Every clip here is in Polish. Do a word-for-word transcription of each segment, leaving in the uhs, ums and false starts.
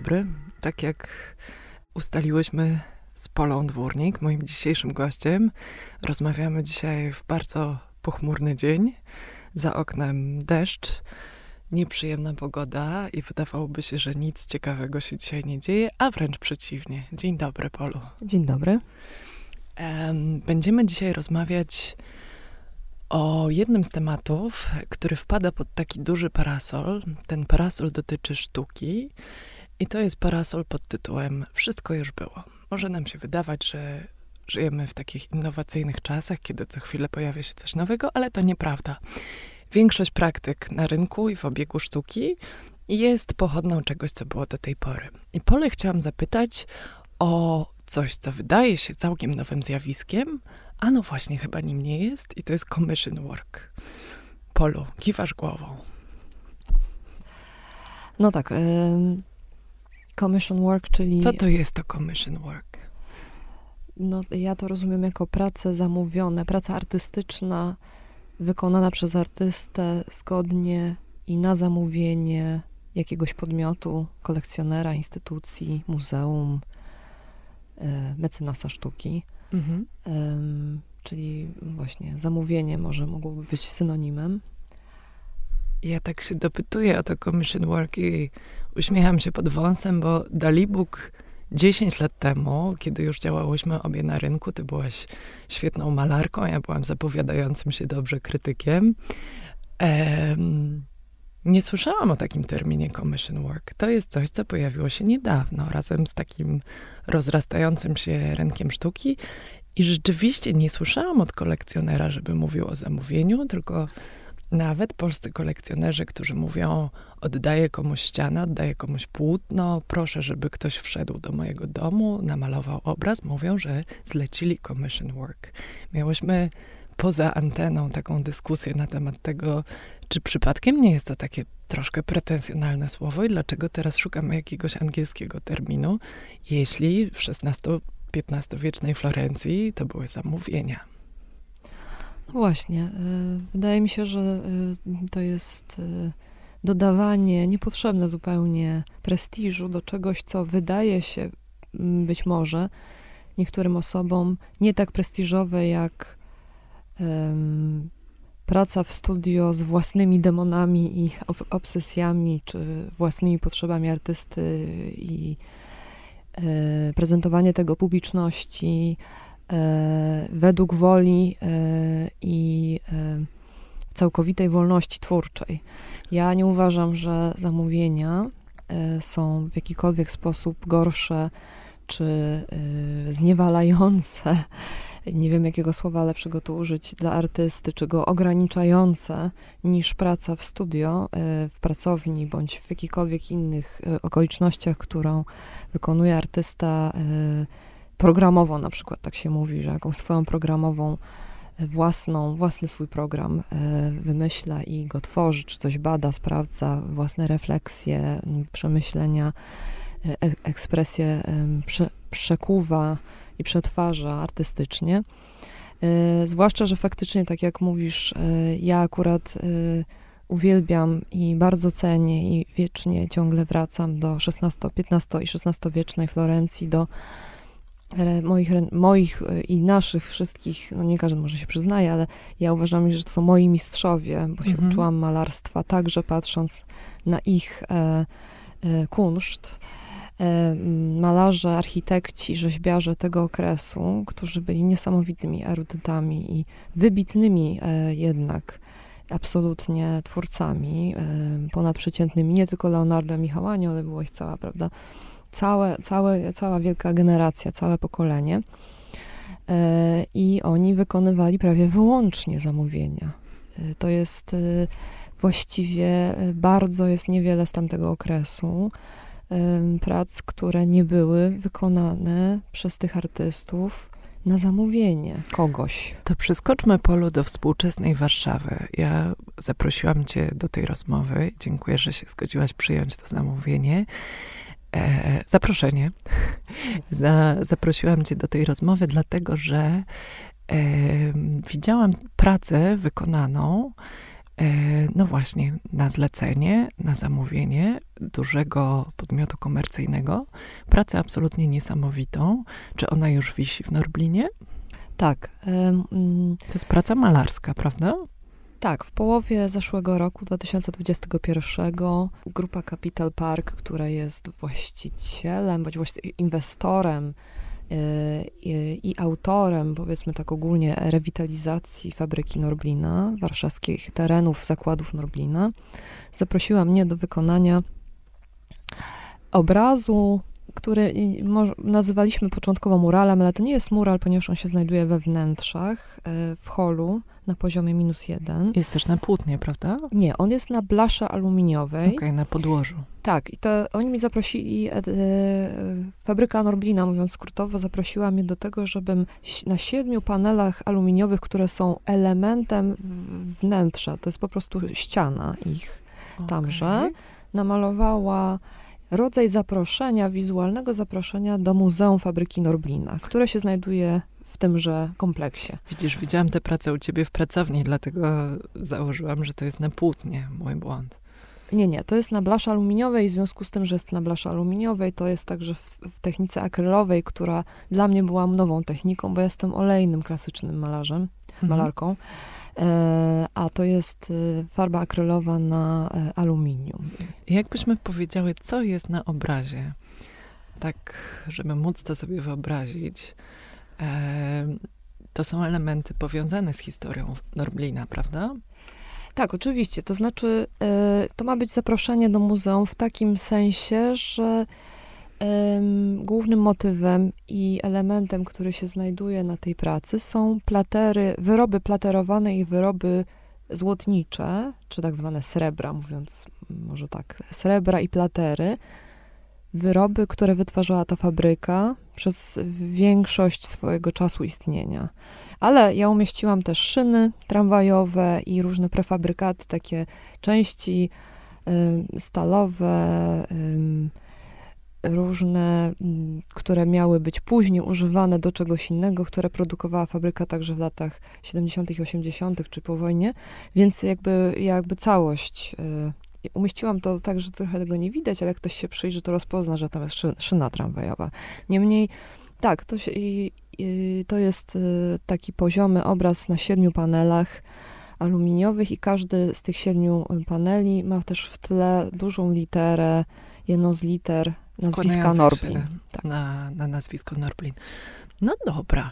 dobry. Tak jak ustaliłyśmy z Polą Dwórnik, moim dzisiejszym gościem, rozmawiamy dzisiaj w bardzo pochmurny dzień. Za oknem deszcz, nieprzyjemna pogoda i wydawałoby się, że nic ciekawego się dzisiaj nie dzieje, a wręcz przeciwnie. Dzień dobry, Polu. Dzień dobry. Będziemy dzisiaj rozmawiać o jednym z tematów, który wpada pod taki duży parasol. Ten parasol dotyczy sztuki i to jest parasol pod tytułem Wszystko już było. Może nam się wydawać, że żyjemy w takich innowacyjnych czasach, kiedy co chwilę pojawia się coś nowego, ale to nieprawda. Większość praktyk na rynku i w obiegu sztuki jest pochodną czegoś, co było do tej pory. I Polę chciałam zapytać o coś, co wydaje się całkiem nowym zjawiskiem, a no właśnie chyba nim nie jest i to jest commission work. Polu, kiwasz głową. No tak, y, commission work, czyli... Co to jest to commission work? No ja to rozumiem jako prace zamówione, praca artystyczna wykonana przez artystę zgodnie i na zamówienie jakiegoś podmiotu, kolekcjonera, instytucji, muzeum, y, mecenasa sztuki. Mhm. Um, czyli właśnie zamówienie może mogłoby być synonimem. Ja tak się dopytuję o to commission work i uśmiecham się pod wąsem, bo Dalibóg dziesięć lat temu, kiedy już działałyśmy obie na rynku, ty byłaś świetną malarką, ja byłam zapowiadającym się dobrze krytykiem. Um, nie słyszałam o takim terminie commission work. To jest coś, co pojawiło się niedawno, razem z takim rozrastającym się rynkiem sztuki. I rzeczywiście nie słyszałam od kolekcjonera, żeby mówił o zamówieniu, tylko nawet polscy kolekcjonerzy, którzy mówią, oddaję komuś ścianę, oddaję komuś płótno, proszę, żeby ktoś wszedł do mojego domu, namalował obraz, mówią, że zlecili commission work. Miałyśmy poza anteną taką dyskusję na temat tego, czy przypadkiem nie jest to takie troszkę pretensjonalne słowo i dlaczego teraz szukamy jakiegoś angielskiego terminu, jeśli w szesnasto-piętnastowiecznej Florencji to były zamówienia. No właśnie, wydaje mi się, że to jest dodawanie niepotrzebne zupełnie prestiżu do czegoś, co wydaje się być może niektórym osobom nie tak prestiżowe jak um, praca w studio z własnymi demonami i obsesjami, czy własnymi potrzebami artysty i e, prezentowanie tego publiczności e, według woli e, i e, całkowitej wolności twórczej. Ja nie uważam, że zamówienia e, są w jakikolwiek sposób gorsze czy e, zniewalające, nie wiem jakiego słowa lepszego tu użyć dla artysty, czy go ograniczające niż praca w studio, w pracowni, bądź w jakichkolwiek innych okolicznościach, którą wykonuje artysta programowo, na przykład tak się mówi, że jakąś swoją programową, własną, własny swój program wymyśla i go tworzy, czy coś bada, sprawdza, własne refleksje, przemyślenia, ekspresję prze, przekuwa i przetwarza artystycznie. Y, zwłaszcza, że faktycznie, tak jak mówisz, y, ja akurat y, uwielbiam i bardzo cenię i wiecznie ciągle wracam do szesnasto-, piętnasto- i szesnastowiecznej Florencji, do re, moich, re, moich i naszych wszystkich, no nie każdy może się przyznaje, ale ja uważam, że to są moi mistrzowie, bo się mhm. uczyłam malarstwa, także patrząc na ich e, e, kunszt. Malarze, architekci, rzeźbiarze tego okresu, którzy byli niesamowitymi erudytami i wybitnymi e, jednak absolutnie twórcami, e, ponadprzeciętnymi, nie tylko Leonardo Michałanio, ale było ich cała, prawda, całe, całe, cała wielka generacja, całe pokolenie e, i oni wykonywali prawie wyłącznie zamówienia. E, to jest e, właściwie bardzo jest niewiele z tamtego okresu prac, które nie były wykonane przez tych artystów na zamówienie kogoś. To przeskoczmy, Polu, do współczesnej Warszawy. Ja zaprosiłam cię do tej rozmowy. Dziękuję, że się zgodziłaś przyjąć to zamówienie. E, zaproszenie. Za, zaprosiłam cię do tej rozmowy, dlatego że e, widziałam pracę wykonaną no właśnie, na zlecenie, na zamówienie dużego podmiotu komercyjnego. Pracę absolutnie niesamowitą. Czy ona już wisi w Norblinie? Tak. Um, to jest praca malarska, prawda? Tak, w połowie zeszłego roku, dwa tysiące dwudziestego pierwszego, grupa Capital Park, która jest właścicielem, bądź właściwie inwestorem I, i autorem, powiedzmy tak ogólnie, rewitalizacji fabryki Norblina, warszawskich terenów zakładów Norblina, zaprosiła mnie do wykonania obrazu, który nazywaliśmy początkowo muralem, ale to nie jest mural, ponieważ on się znajduje we wnętrzach, w holu na poziomie minus jeden. Jest też na płótnie, prawda? Nie, on jest na blasze aluminiowej. Okej, okay, na podłożu. Tak, i to oni mi zaprosili, e, e, fabryka Norblina, mówiąc skrótowo, zaprosiła mnie do tego, żebym na siedmiu panelach aluminiowych, które są elementem wnętrza, to jest po prostu ściana ich okay. tamże, namalowała rodzaj zaproszenia, wizualnego zaproszenia do Muzeum Fabryki Norblina, które się znajduje w tymże kompleksie. Widzisz, widziałam tę pracę u ciebie w pracowni, dlatego założyłam, że to jest na płótnie. Mój błąd. Nie, nie, to jest na blasze aluminiowej i w związku z tym, że jest na blasze aluminiowej, to jest także w, w technice akrylowej, która dla mnie była nową techniką, bo jestem olejnym, klasycznym malarzem, mhm. malarką, e, a to jest e, farba akrylowa na e, aluminium. Jakbyśmy powiedziały, co jest na obrazie, tak, żeby móc to sobie wyobrazić, e, to są elementy powiązane z historią Norblina, prawda? Tak, oczywiście. To znaczy, y, to ma być zaproszenie do muzeum w takim sensie, że y, głównym motywem i elementem, który się znajduje na tej pracy, są platery, wyroby platerowane i wyroby złotnicze, czy tak zwane srebra, mówiąc może tak, srebra i platery. Wyroby, które wytwarzała ta fabryka przez większość swojego czasu istnienia. Ale ja umieściłam też szyny tramwajowe i różne prefabrykaty, takie części y, stalowe, y, różne, y, które miały być później używane do czegoś innego, które produkowała fabryka także w latach siedemdziesiątych i osiemdziesiątych czy po wojnie, więc jakby, jakby całość y, umieściłam to tak, że trochę tego nie widać, ale jak ktoś się przyjrzy, to rozpozna, że tam jest szy, szyna tramwajowa. Niemniej, tak, to, się, i, i, to jest y, taki poziomy obraz na siedmiu panelach aluminiowych i każdy z tych siedmiu paneli ma też w tle dużą literę, jedną z liter nazwiska Norblin. Tak. Na, na nazwisko Norblin. No dobra.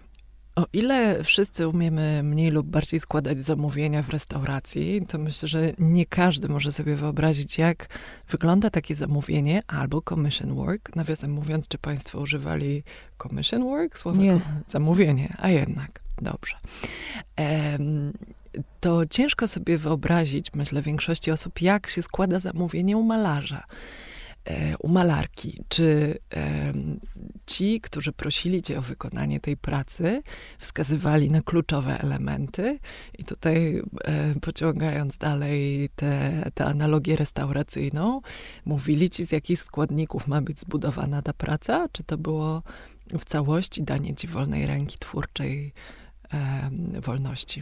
O ile wszyscy umiemy mniej lub bardziej składać zamówienia w restauracji, to myślę, że nie każdy może sobie wyobrazić, jak wygląda takie zamówienie albo commission work. Nawiasem mówiąc, czy państwo używali commission work? Słowo nie. Zamówienie, a jednak. Dobrze. Um, to ciężko sobie wyobrazić, myślę, większości osób, jak się składa zamówienie u malarza. U malarki, czy e, ci, którzy prosili cię o wykonanie tej pracy, wskazywali na kluczowe elementy i tutaj e, pociągając dalej tę analogię restauracyjną, mówili ci, z jakich składników ma być zbudowana ta praca, czy to było w całości danie ci wolnej ręki twórczej e, wolności?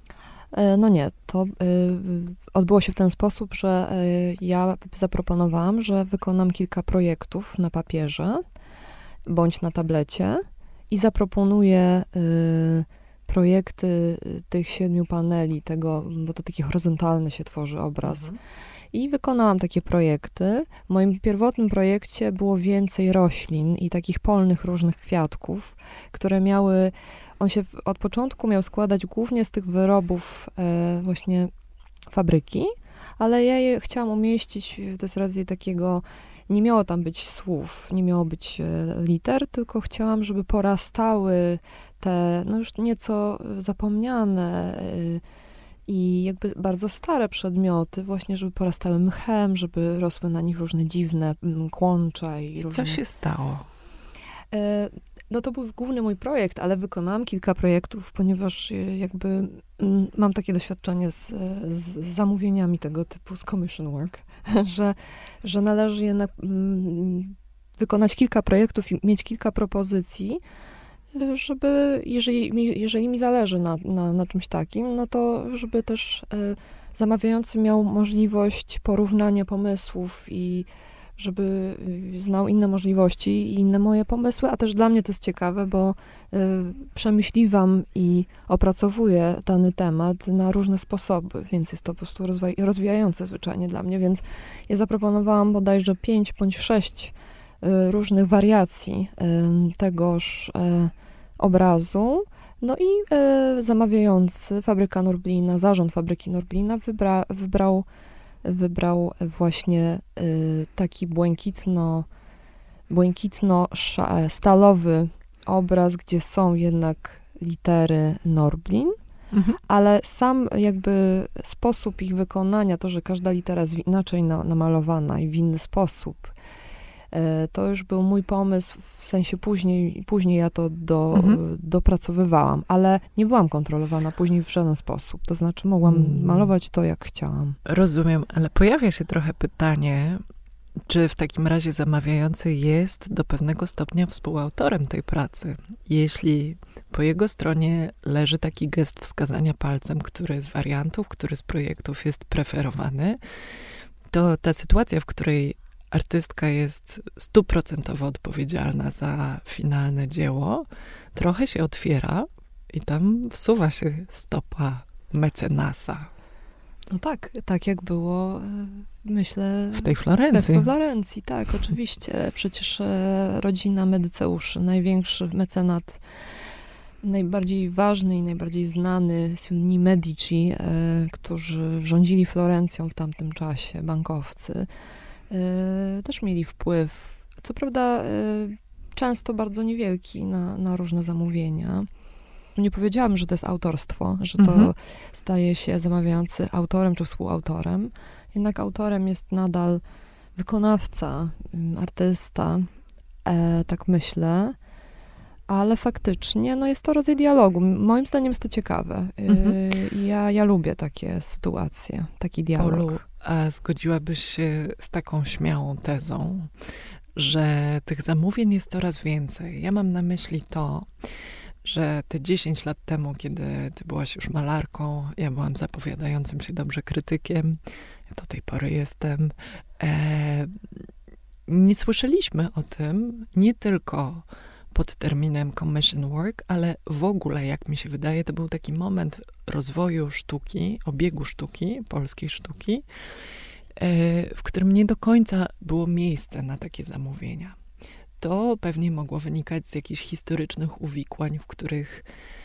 No nie, to y, odbyło się w ten sposób, że y, ja zaproponowałam, że wykonam kilka projektów na papierze bądź na tablecie i zaproponuję y, projekty tych siedmiu paneli, tego, bo to taki horyzontalny się tworzy obraz. Mhm. I wykonałam takie projekty. W moim pierwotnym projekcie było więcej roślin i takich polnych różnych kwiatków, które miały, on się od początku miał składać głównie z tych wyrobów e, właśnie fabryki, ale ja je chciałam umieścić, to jest raczej takiego, nie miało tam być słów, nie miało być e, liter, tylko chciałam, żeby porastały te, no już nieco zapomniane e, i jakby bardzo stare przedmioty, właśnie, żeby porastały mchem, żeby rosły na nich różne dziwne kłącza. I różne... Co się stało? E, no to był główny mój projekt, ale wykonałam kilka projektów, ponieważ jakby m, mam takie doświadczenie z, z zamówieniami tego typu, z commission work, że, że należy jednak m, wykonać kilka projektów i mieć kilka propozycji, żeby, jeżeli, jeżeli mi zależy na, na, na czymś takim, no to żeby też y, zamawiający miał możliwość porównania pomysłów i żeby znał inne możliwości i inne moje pomysły, a też dla mnie to jest ciekawe, bo y, przemyśliwam i opracowuję dany temat na różne sposoby, więc jest to po prostu rozwaj- rozwijające zwyczajnie dla mnie, więc ja zaproponowałam bodajże pięć bądź sześć y, różnych wariacji y, tegoż y, obrazu. No i y, zamawiający, fabryka Norblina, zarząd fabryki Norblina wybra, wybrał wybrał właśnie y, taki błękitno, błękitno-stalowy obraz, gdzie są jednak litery Norblin, mhm. ale sam jakby sposób ich wykonania, to, że każda litera jest inaczej na, namalowana i w inny sposób, y, to już był mój pomysł, w sensie później, później ja to do, mhm. dopracowywałam, ale nie byłam kontrolowana później w żaden sposób, to znaczy mogłam hmm. malować to, jak chciałam. Rozumiem, ale pojawia się trochę pytanie, czy w takim razie zamawiający jest do pewnego stopnia współautorem tej pracy? Jeśli po jego stronie leży taki gest wskazania palcem, który z wariantów, który z projektów jest preferowany, to ta sytuacja, w której artystka jest stuprocentowo odpowiedzialna za finalne dzieło, trochę się otwiera i tam wsuwa się stopa mecenasa. No tak, tak jak było, myślę... W tej Florencji. We Florencji, tak, oczywiście. Przecież rodzina Medyceuszy, największy mecenat, najbardziej ważny i najbardziej znany, słynni Medici, którzy rządzili Florencją w tamtym czasie, bankowcy, też mieli wpływ, co prawda często bardzo niewielki na, na różne zamówienia. Nie powiedziałam, że to jest autorstwo, że to mhm. staje się zamawiający autorem czy współautorem. Jednak autorem jest nadal wykonawca, artysta, e, tak myślę. Ale faktycznie no jest to rodzaj dialogu. Moim zdaniem jest to ciekawe. Mhm. Ja, ja lubię takie sytuacje, taki dialog. Olu, a zgodziłabyś się z taką śmiałą tezą, że tych zamówień jest coraz więcej? Ja mam na myśli to, że te dziesięć lat temu, kiedy ty byłaś już malarką, ja byłam zapowiadającym się dobrze krytykiem, ja do tej pory jestem, e, nie słyszeliśmy o tym nie tylko pod terminem commission work, ale w ogóle, jak mi się wydaje, to był taki moment rozwoju sztuki, obiegu sztuki, polskiej sztuki, w którym nie do końca było miejsce na takie zamówienia. To pewnie mogło wynikać z jakichś historycznych uwikłań, w których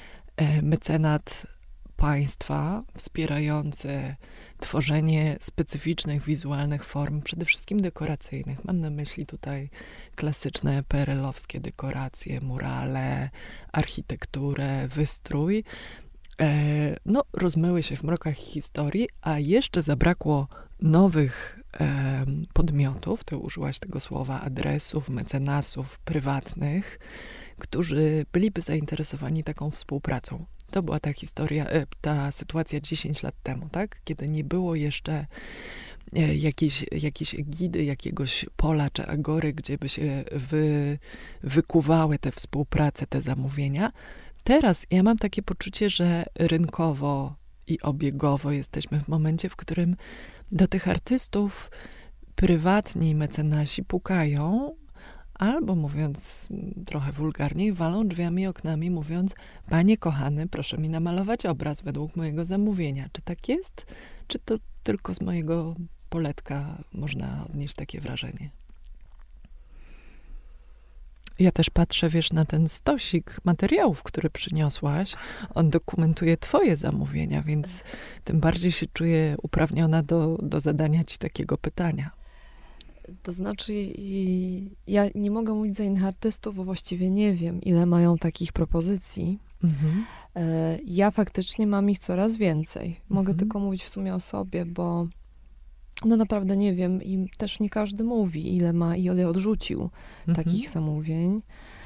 mecenat państwa wspierający tworzenie specyficznych wizualnych form, przede wszystkim dekoracyjnych. Mam na myśli tutaj klasyczne P R L-owskie dekoracje, murale, architekturę, wystrój. E, no, rozmyły się w mrokach historii, a jeszcze zabrakło nowych e, podmiotów, ty użyłaś tego słowa, adresów, mecenasów prywatnych, którzy byliby zainteresowani taką współpracą. To była ta historia, ta sytuacja dziesięć lat temu, tak? Kiedy nie było jeszcze jakiejś, jakiejś egidy, jakiegoś pola czy agory, gdzie by się wy, wykuwały te współprace, te zamówienia. Teraz ja mam takie poczucie, że rynkowo i obiegowo jesteśmy w momencie, w którym do tych artystów prywatni mecenasi pukają, albo mówiąc trochę wulgarniej, walą drzwiami i oknami, mówiąc: panie kochany, proszę mi namalować obraz według mojego zamówienia. Czy tak jest? Czy to tylko z mojego poletka można odnieść takie wrażenie? Ja też patrzę, wiesz, na ten stosik materiałów, który przyniosłaś. On dokumentuje twoje zamówienia, więc tym bardziej się czuję uprawniona do, do zadania ci takiego pytania. To znaczy, ja nie mogę mówić za innych artystów, bo właściwie nie wiem, ile mają takich propozycji. Mhm. Ja faktycznie mam ich coraz więcej. Mogę mhm. tylko mówić w sumie o sobie, bo no naprawdę nie wiem i też nie każdy mówi, ile ma i ile odrzucił mhm. takich zamówień.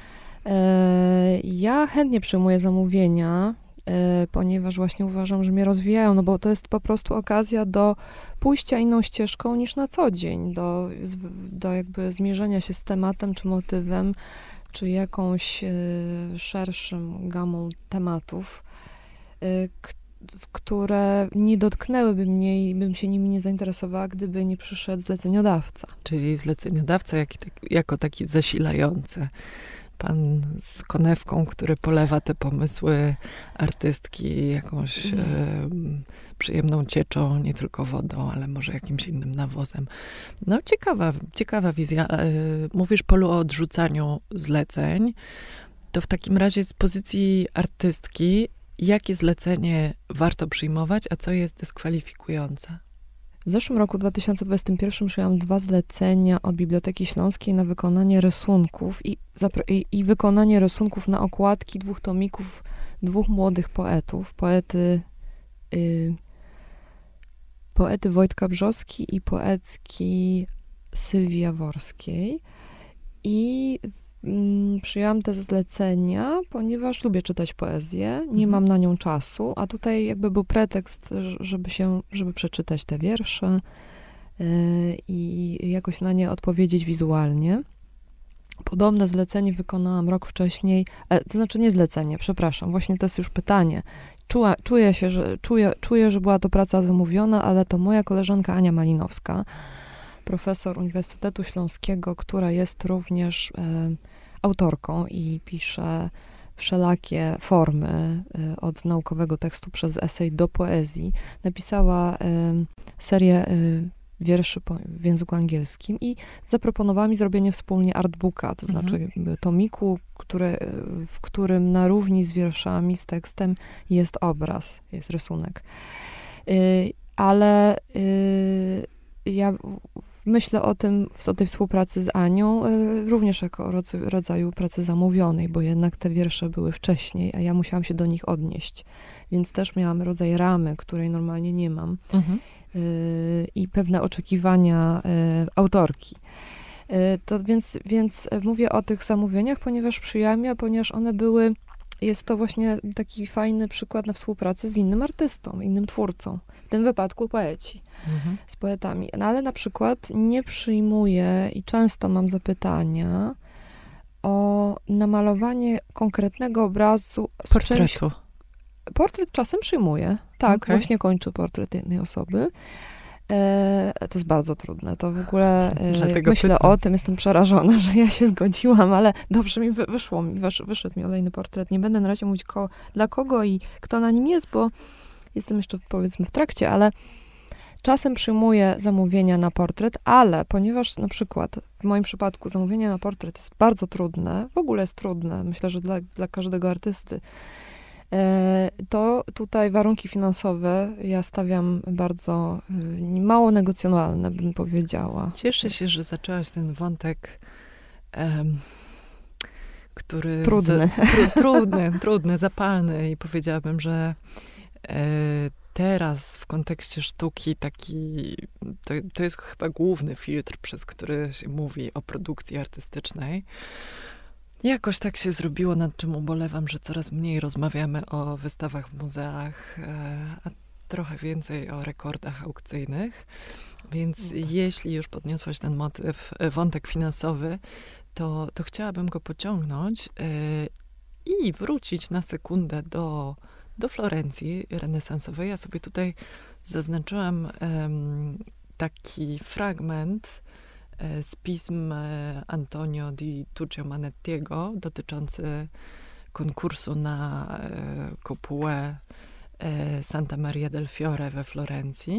Ja chętnie przyjmuję zamówienia, ponieważ właśnie uważam, że mnie rozwijają, no bo to jest po prostu okazja do pójścia inną ścieżką niż na co dzień, do, do jakby zmierzenia się z tematem, czy motywem, czy jakąś szerszą gamą tematów, które nie dotknęłyby mnie i bym się nimi nie zainteresowała, gdyby nie przyszedł zleceniodawca. Czyli zleceniodawca jak, jako taki zasilający. Pan z konewką, który polewa te pomysły artystki jakąś e, przyjemną cieczą, nie tylko wodą, ale może jakimś innym nawozem. No ciekawa, ciekawa wizja. E, mówisz, Polu, o odrzucaniu zleceń. To w takim razie z pozycji artystki, jakie zlecenie warto przyjmować, a co jest dyskwalifikujące? W zeszłym roku, dwa tysiące dwudziestym pierwszym, przyjęłam dwa zlecenia od Biblioteki Śląskiej na wykonanie rysunków i, i, i wykonanie rysunków na okładki dwóch tomików dwóch młodych poetów. Poety, y, poety Wojtka Brzoski i poetki Sylwii Jaworskiej. I mm, przyjęłam te zlecenia, ponieważ lubię czytać poezję, nie mhm. mam na nią czasu, a tutaj jakby był pretekst, żeby się, żeby przeczytać te wiersze yy, i jakoś na nie odpowiedzieć wizualnie. Podobne zlecenie wykonałam rok wcześniej, e, to znaczy nie zlecenie, przepraszam, właśnie to jest już pytanie. Czuła, czuję się, że, czuję, czuję, że była to praca zamówiona, ale to moja koleżanka Ania Malinowska, profesor Uniwersytetu Śląskiego, która jest również e, autorką i pisze wszelakie formy e, od naukowego tekstu przez esej do poezji. Napisała e, serię e, wierszy po, w języku angielskim i zaproponowała mi zrobienie wspólnie artbooka, to mhm. znaczy tomiku, który, w którym na równi z wierszami, z tekstem jest obraz, jest rysunek. E, ale e, ja myślę o tym, o tej współpracy z Anią y, również jako rodzaju pracy zamówionej, bo jednak te wiersze były wcześniej, a ja musiałam się do nich odnieść. Więc też miałam rodzaj ramy, której normalnie nie mam mhm. y, i pewne oczekiwania y, autorki. Y, to więc, więc mówię o tych zamówieniach, ponieważ przyjęłam je, ponieważ one były, jest to właśnie taki fajny przykład na współpracę z innym artystą, innym twórcą. W tym wypadku poeci, mhm. z poetami. No ale na przykład nie przyjmuję i często mam zapytania o namalowanie konkretnego obrazu z portretu. Czymś. Portret czasem przyjmuję. Tak, okay. Właśnie kończę portret jednej osoby. E, to jest bardzo trudne. To w ogóle e, myślę pytam. o tym, jestem przerażona, że ja się zgodziłam, ale dobrze mi wy, wyszło, mi wysz, wyszedł mi olejny portret. Nie będę na razie mówić ko, dla kogo i kto na nim jest, bo jestem jeszcze, powiedzmy, w trakcie, ale czasem przyjmuję zamówienia na portret, ale ponieważ na przykład w moim przypadku zamówienie na portret jest bardzo trudne, w ogóle jest trudne, myślę, że dla, dla każdego artysty, to tutaj warunki finansowe ja stawiam bardzo mało negocjonalne, bym powiedziała. Cieszę się, że zaczęłaś ten wątek, um, który... Trudny. Z, tru, trudny, trudny, zapalny i powiedziałabym, że teraz w kontekście sztuki taki, to, to jest chyba główny filtr, przez który się mówi o produkcji artystycznej. Jakoś tak się zrobiło, nad czym ubolewam, że coraz mniej rozmawiamy o wystawach w muzeach, a trochę więcej o rekordach aukcyjnych. Więc no tak. Jeśli już podniosłaś ten motyw, wątek finansowy, to, to chciałabym go pociągnąć i wrócić na sekundę do do Florencji renesansowej. Ja sobie tutaj zaznaczyłam um, taki fragment e, z pism e, Antonio di Tuccio Manettiego dotyczący konkursu na e, kopułę e, Santa Maria del Fiore we Florencji.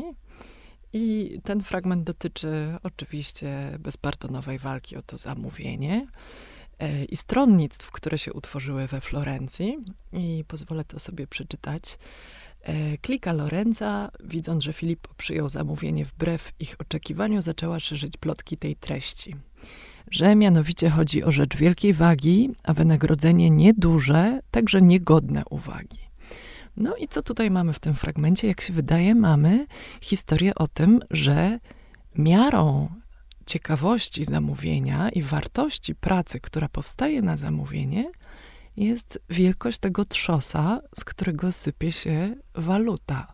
I ten fragment dotyczy oczywiście bezpardonowej walki o to zamówienie i stronnictw, które się utworzyły we Florencji. I pozwolę to sobie przeczytać. Klika Lorenza, widząc, że Filippo przyjął zamówienie wbrew ich oczekiwaniu, zaczęła szerzyć plotki tej treści. Że mianowicie chodzi o rzecz wielkiej wagi, a wynagrodzenie nieduże, także niegodne uwagi. No i co tutaj mamy w tym fragmencie? Jak się wydaje, mamy historię o tym, że miarą ciekawości zamówienia i wartości pracy, która powstaje na zamówienie, jest wielkość tego trzosa, z którego sypie się waluta.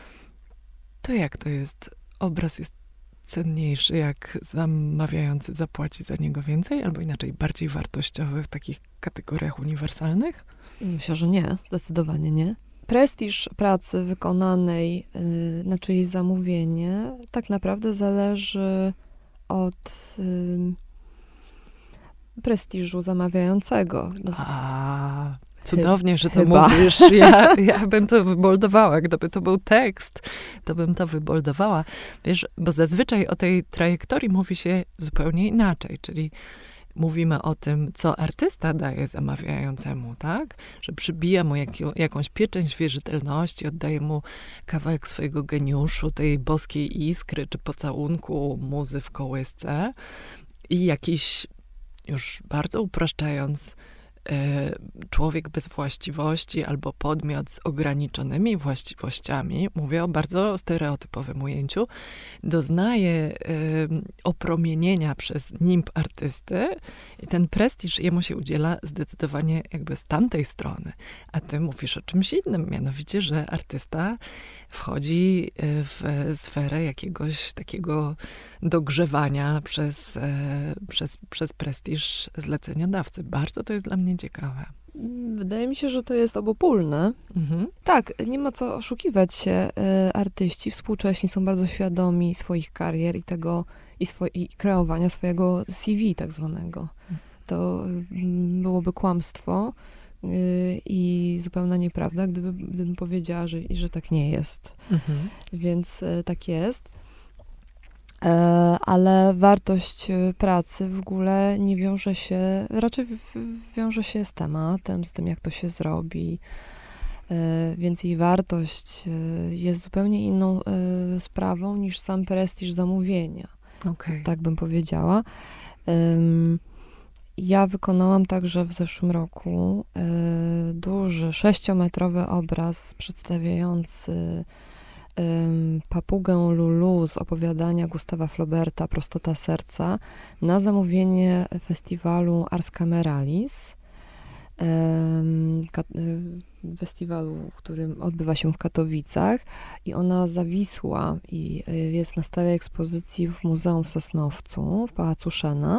To jak to jest? Obraz jest cenniejszy, jak zamawiający zapłaci za niego więcej, albo inaczej bardziej wartościowy w takich kategoriach uniwersalnych? Myślę, że nie, zdecydowanie nie. prestiż pracy wykonanej y, na czyjeś zamówienie tak naprawdę zależy od y, prestiżu zamawiającego. A, cudownie, że to Chyba. mówisz. Ja, ja bym to wyboldowała. Gdyby to był tekst, to bym to wyboldowała. Wiesz, bo zazwyczaj o tej trajektorii mówi się zupełnie inaczej, czyli mówimy o tym, co artysta daje zamawiającemu, tak? Że przybija mu jak, jakąś pieczęć wierzytelności, oddaje mu kawałek swojego geniuszu, tej boskiej iskry, czy pocałunku muzy w kołysce i jakiś, już bardzo upraszczając, człowiek bez właściwości albo podmiot z ograniczonymi właściwościami, mówię o bardzo stereotypowym ujęciu, doznaje y, opromienienia przez nimb artysty i ten prestiż jemu się udziela zdecydowanie jakby z tamtej strony. A ty mówisz o czymś innym, mianowicie, że artysta wchodzi w sferę jakiegoś takiego dogrzewania przez, przez, przez prestiż zleceniodawcy. Bardzo to jest dla mnie ciekawe. Wydaje mi się, że to jest obopólne. Mhm. Tak, nie ma co oszukiwać się. Artyści współcześni są bardzo świadomi swoich karier i tego, i, swo- i kreowania swojego C V tak zwanego. To byłoby kłamstwo i zupełna nieprawda, gdyby, gdybym powiedziała, że, że tak nie jest. Mhm. Więc tak jest. Ale wartość pracy w ogóle nie wiąże się, raczej wiąże się z tematem, z tym, jak to się zrobi. Więc jej wartość jest zupełnie inną sprawą niż sam prestiż zamówienia. Okay. Tak bym powiedziała. Ja wykonałam także w zeszłym roku duży, sześciometrowy obraz przedstawiający Papugę Lulu z opowiadania Gustawa Flauberta Prostota serca na zamówienie festiwalu Ars Cameralis, festiwalu, który odbywa się w Katowicach, i ona zawisła i jest na stałej ekspozycji w Muzeum w Sosnowcu, w Pałacu Szena.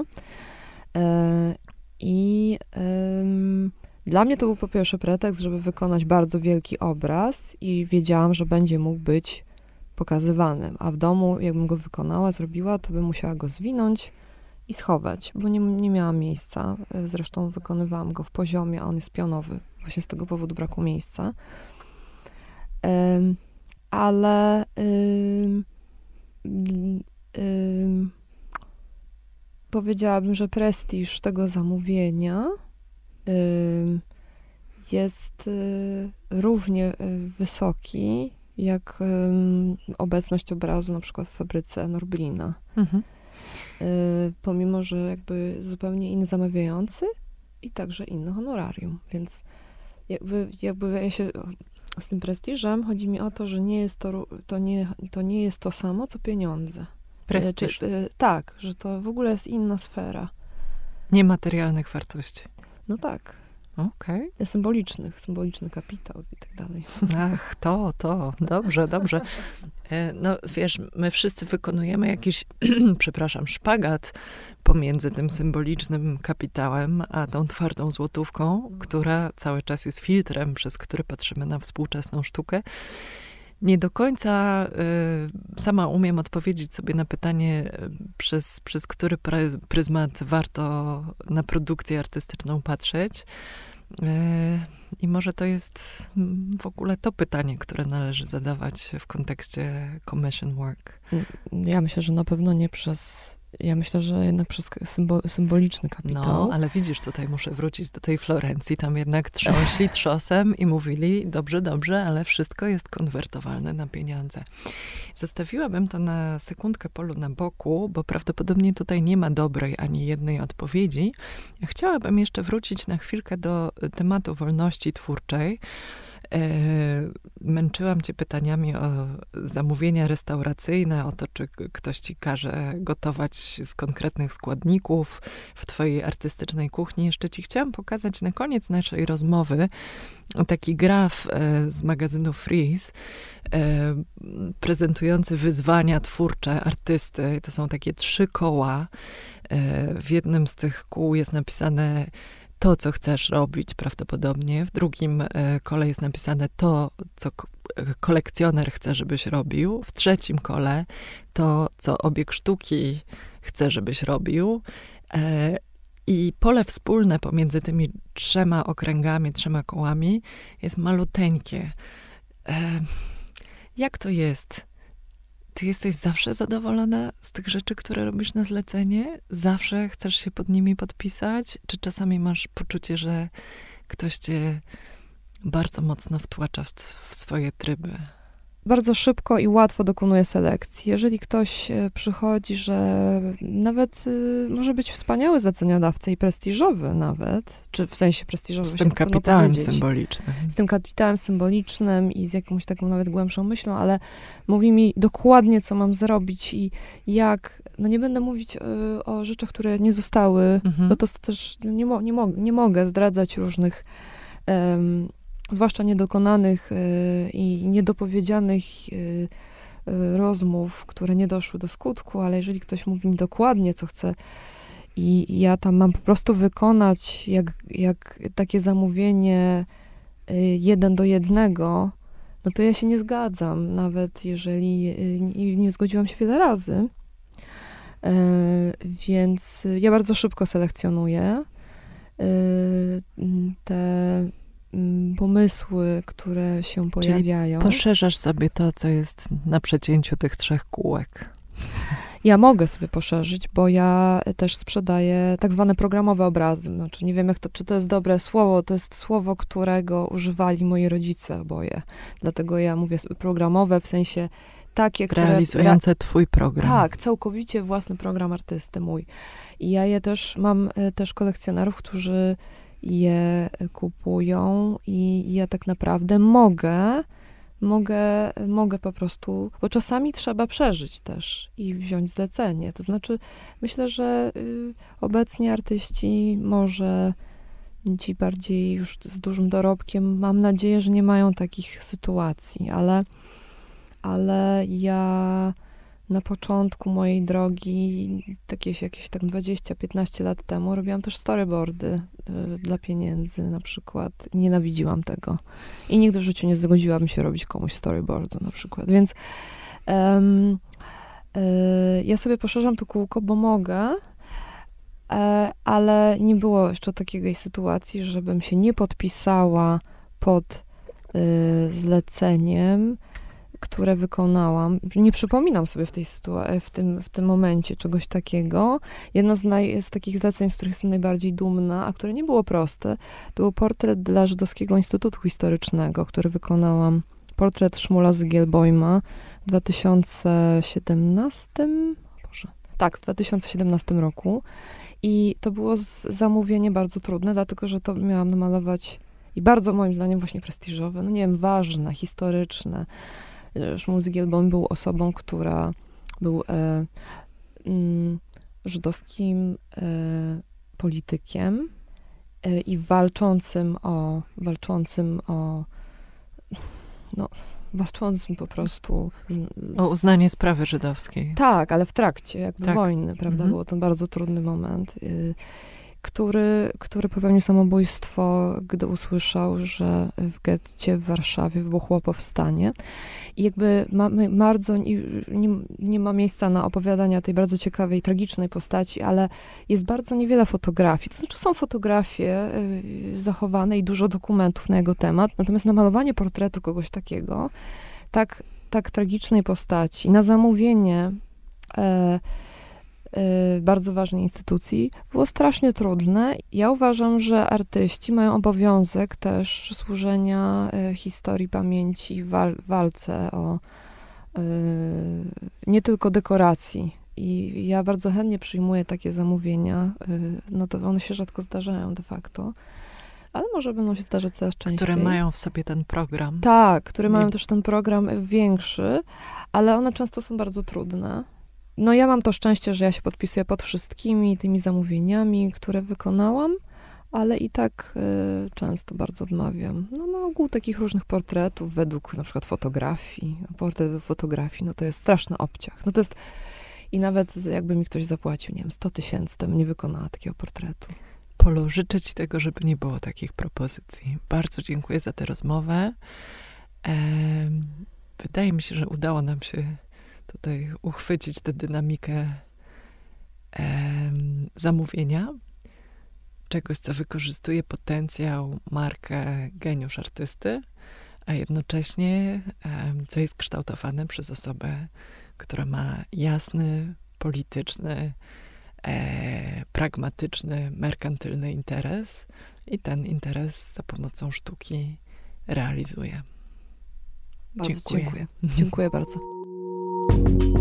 I dla mnie to był po pierwsze pretekst, żeby wykonać bardzo wielki obraz i wiedziałam, że będzie mógł być pokazywany. A w domu, jakbym go wykonała, zrobiła, to bym musiała go zwinąć i schować, bo nie, nie miałam miejsca. Zresztą wykonywałam go w poziomie, a on jest pionowy. Właśnie z tego powodu braku miejsca. Um, ale um, um, powiedziałabym, że prestiż tego zamówienia jest równie wysoki jak obecność obrazu na przykład w fabryce Norblina. Mhm. Pomimo, że jakby zupełnie inny zamawiający i także inne honorarium. Więc jakby, jakby ja się z tym prestiżem chodzi mi o to, że nie jest to, to, nie, to nie jest to samo, co pieniądze. Prestiż. Czy, tak, że to w ogóle jest inna sfera. Niematerialnych wartości. No tak. Okej. Okay. Symbolicznych, symboliczny kapitał i tak dalej. Ach, to, to, dobrze, dobrze. No wiesz, my wszyscy wykonujemy jakiś, przepraszam, szpagat pomiędzy tym symbolicznym kapitałem, a tą twardą złotówką, która cały czas jest filtrem, przez który patrzymy na współczesną sztukę. Nie do końca y, sama umiem odpowiedzieć sobie na pytanie, przez, przez który pryzmat warto na produkcję artystyczną patrzeć. Y, I może to jest w ogóle to pytanie, które należy zadawać w kontekście commission work. Ja myślę, że na pewno nie przez... Ja myślę, że jednak przez symbo, symboliczny kapitał. No, ale widzisz, tutaj muszę wrócić do tej Florencji. Tam jednak trząśli trzosem i mówili, dobrze, dobrze, ale wszystko jest konwertowalne na pieniądze. Zostawiłabym to na sekundkę polu na boku, bo prawdopodobnie tutaj nie ma dobrej ani jednej odpowiedzi. Chciałabym jeszcze wrócić na chwilkę do tematu wolności twórczej. Męczyłam cię pytaniami o zamówienia restauracyjne, o to, czy ktoś ci każe gotować z konkretnych składników w twojej artystycznej kuchni. Jeszcze ci chciałam pokazać na koniec naszej rozmowy taki graf z magazynu Frieze, prezentujący wyzwania twórcze artysty. To są takie trzy koła. W jednym z tych kół jest napisane: to, co chcesz robić prawdopodobnie. W drugim kole jest napisane to, co kolekcjoner chce, żebyś robił. W trzecim kole to, co obieg sztuki chce, żebyś robił. I pole wspólne pomiędzy tymi trzema okręgami, trzema kołami jest maluteńkie. Jak to jest? Ty jesteś zawsze zadowolona z tych rzeczy, które robisz na zlecenie? Zawsze chcesz się pod nimi podpisać? Czy czasami masz poczucie, że ktoś cię bardzo mocno wtłacza w, w swoje tryby? Bardzo szybko i łatwo dokonuję selekcji. Jeżeli ktoś przychodzi, że nawet y, może być wspaniały zleceniodawca i prestiżowy nawet, czy w sensie prestiżowy. Z tym kapitałem symbolicznym. Z tym kapitałem symbolicznym i z jakąś taką nawet głębszą myślą, ale mówi mi dokładnie, co mam zrobić i jak. No nie będę mówić y, o rzeczach, które nie zostały, mhm. bo to też nie, mo- nie, mo- nie mogę zdradzać różnych um, zwłaszcza niedokonanych y, i niedopowiedzianych y, y, rozmów, które nie doszły do skutku, ale jeżeli ktoś mówi mi dokładnie, co chce i ja tam mam po prostu wykonać jak, jak takie zamówienie y, jeden do jednego, no to ja się nie zgadzam, nawet jeżeli y, nie, nie zgodziłam się wiele razy. Y, więc ja bardzo szybko selekcjonuję y, te pomysły, które się pojawiają. Czyli poszerzasz sobie to, co jest na przecięciu tych trzech kółek. Ja mogę sobie poszerzyć, bo ja też sprzedaję tak zwane programowe obrazy. Znaczy, nie wiem, jak to, czy to jest dobre słowo. To jest słowo, którego używali moi rodzice oboje. Dlatego ja mówię programowe, w sensie takie, które... Realizujące twój program. Tak, całkowicie własny program artysty mój. I ja je też, mam też kolekcjonerów, którzy je kupują i ja tak naprawdę mogę, mogę, mogę po prostu, bo czasami trzeba przeżyć też i wziąć zlecenie. To znaczy, myślę, że y, obecnie artyści może ci bardziej już z dużym dorobkiem, mam nadzieję, że nie mają takich sytuacji, ale, ale ja na początku mojej drogi, jakieś, jakieś tak dwadzieścia piętnaście lat temu, robiłam też storyboardy y, dla pieniędzy na przykład. Nienawidziłam tego. I nigdy w życiu nie zgodziłabym się robić komuś storyboardu na przykład. Więc um, y, ja sobie poszerzam to kółko, bo mogę, y, ale nie było jeszcze takiej sytuacji, żebym się nie podpisała pod y, zleceniem, które wykonałam. Nie przypominam sobie w tej sytuacji, w tym, w tym momencie czegoś takiego. Jedno z, naj, z takich zleceń, z których jestem najbardziej dumna, a które nie było proste, był portret dla Żydowskiego Instytutu Historycznego, który wykonałam. Portret Szmula Zygielbojma w dwa tysiące siedemnastym Boże, tak, w dwa tysiące siedemnastym roku. I to było zamówienie bardzo trudne, dlatego, że to miałam namalować i bardzo moim zdaniem właśnie prestiżowe, no nie wiem, ważne, historyczne. Szmul Zygielbojm był osobą, która był e, mm, żydowskim e, politykiem e, i walczącym o, walczącym o, no, walczącym po prostu z, o uznanie sprawy żydowskiej. Tak, ale w trakcie jakby tak. wojny, prawda? Mhm. Było to bardzo trudny moment. Y, który, który popełnił samobójstwo, gdy usłyszał, że w getcie w Warszawie wybuchło powstanie. I jakby mamy bardzo, nie, nie, nie ma miejsca na opowiadanie o tej bardzo ciekawej, tragicznej postaci, ale jest bardzo niewiele fotografii. To znaczy są fotografie y, zachowane i dużo dokumentów na jego temat, natomiast namalowanie portretu kogoś takiego, tak, tak tragicznej postaci, na zamówienie y, bardzo ważnej instytucji, było strasznie trudne. Ja uważam, że artyści mają obowiązek też służenia historii, pamięci, wal, walce o nie tylko dekoracji. I ja bardzo chętnie przyjmuję takie zamówienia. No to one się rzadko zdarzają de facto, ale może będą się zdarzać coraz częściej. Które mają w sobie ten program. Tak, które mają też ten program większy, ale one często są bardzo trudne. No ja mam to szczęście, że ja się podpisuję pod wszystkimi tymi zamówieniami, które wykonałam, ale i tak y, często bardzo odmawiam. No na ogół takich różnych portretów według na przykład fotografii. Portret fotografii, no to jest straszny obciach. No to jest, i nawet jakby mi ktoś zapłacił, nie wiem, sto tysięcy, to bym nie wykonała takiego portretu. Polu, życzę ci tego, żeby nie było takich propozycji. Bardzo dziękuję za tę rozmowę. Ehm, wydaje mi się, że udało nam się tutaj uchwycić tę dynamikę em, zamówienia, czegoś, co wykorzystuje potencjał, markę, geniusz artysty, a jednocześnie em, co jest kształtowane przez osobę, która ma jasny, polityczny, e, pragmatyczny, merkantylny interes i ten interes za pomocą sztuki realizuje. Bardzo Dziękuję. dziękuję. Dziękuję bardzo.